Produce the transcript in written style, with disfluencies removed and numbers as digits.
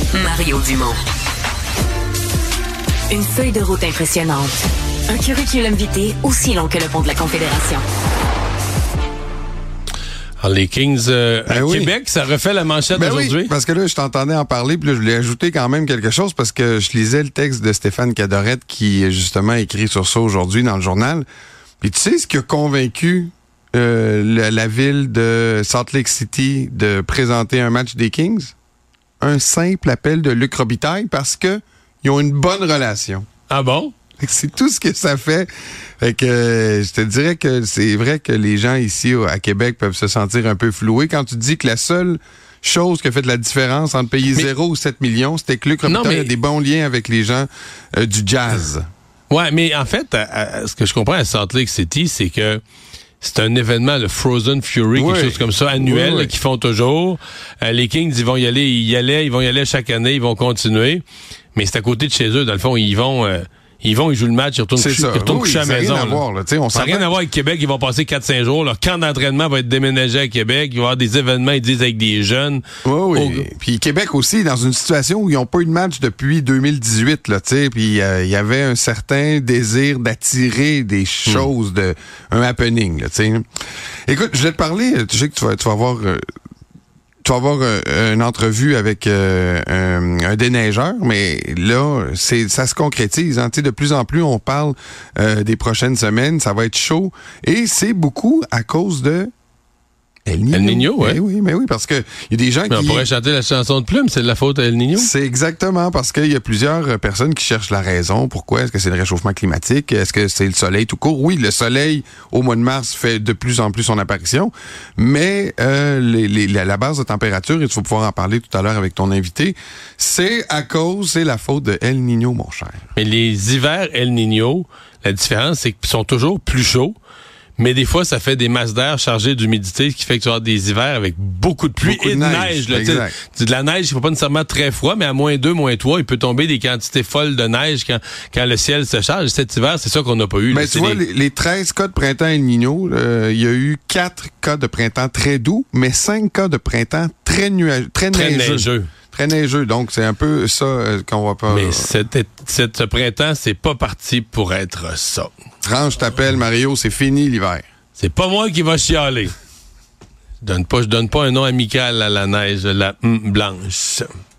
Mario Dumont. Une feuille de route impressionnante. Un curriculum vitae aussi long que le pont de la Confédération. Alors, les Kings à Québec, ça refait la manchette aujourd'hui? Oui, parce que là, je t'entendais en parler, puis là, je voulais ajouter quand même quelque chose, parce que je lisais le texte de Stéphane Cadorette qui, justement, écrit sur ça aujourd'hui dans le journal. Puis tu sais ce qui a convaincu la ville de Salt Lake City de présenter un match des Kings? Un simple appel de Luc Robitaille, parce que ils ont une bonne relation. Ah bon? C'est tout ce que ça fait. Fait que je te dirais que c'est vrai que les gens ici à Québec peuvent se sentir un peu floués quand tu dis que la seule chose qui a fait de la différence entre payer 0 ou 7 millions, c'était que Luc Robitaille a des bons liens avec les gens du jazz. Ouais, mais en fait, ce que je comprends à Salt Lake City, c'est que c'est un événement, le Frozen Fury, quelque chose comme ça, annuel, là, qu'ils font toujours. Les Kings, ils vont y aller, ils vont y aller chaque année, ils vont continuer. Mais c'est à côté de chez eux, dans le fond, ils jouent le match, ils retournent coucher à la maison. Ça n'a rien à voir avec Québec, ils vont passer 4-5 jours. Leur camp d'entraînement va être déménagé à Québec. Il va y avoir des événements, ils disent, avec des jeunes. Oui. Puis Québec aussi, dans une situation où ils n'ont pas eu de match depuis 2018, là, tu sais. Puis il y avait un certain désir d'attirer des choses, un happening, là, tu sais. Écoute, je vais te parler, tu sais que tu vas avoir... Tu vas avoir une entrevue avec un déneigeur, mais là, ça se concrétise. Hein. De plus en plus, on parle des prochaines semaines. Ça va être chaud. Et c'est beaucoup à cause de El Niño. El Niño, oui. Mais oui, parce que il y a des gens qui... On pourrait chanter la chanson de Plume, c'est de la faute à El Niño. C'est exactement, parce qu'il y a plusieurs personnes qui cherchent la raison. Pourquoi? Est-ce que c'est le réchauffement climatique? Est-ce que c'est le soleil tout court? Oui, le soleil, au mois de mars, fait de plus en plus son apparition, mais la base de température, et tu vas pouvoir en parler tout à l'heure avec ton invité, c'est la faute de El Niño, mon cher. Mais les hivers El Niño, la différence, c'est qu'ils sont toujours plus chauds. Mais des fois, ça fait des masses d'air chargées d'humidité, ce qui fait que tu vas avoir des hivers avec beaucoup de pluie et de neige. Là, de la neige, il ne faut pas nécessairement très froid, mais à -2, -3, il peut tomber des quantités folles de neige quand le ciel se charge. Cet hiver, c'est ça qu'on n'a pas eu. Mais tu vois, les 13 cas de printemps El Niño, il y a eu 4 cas de printemps très doux, mais 5 cas de printemps très neigeux. Très neigeux, donc c'est un peu ça qu'on va pas... Mais ce printemps, c'est pas parti pour être ça. Range t'appelle, Mario, c'est fini l'hiver. C'est pas moi qui va chialer. Je donne pas un nom amical à la neige, la blanche.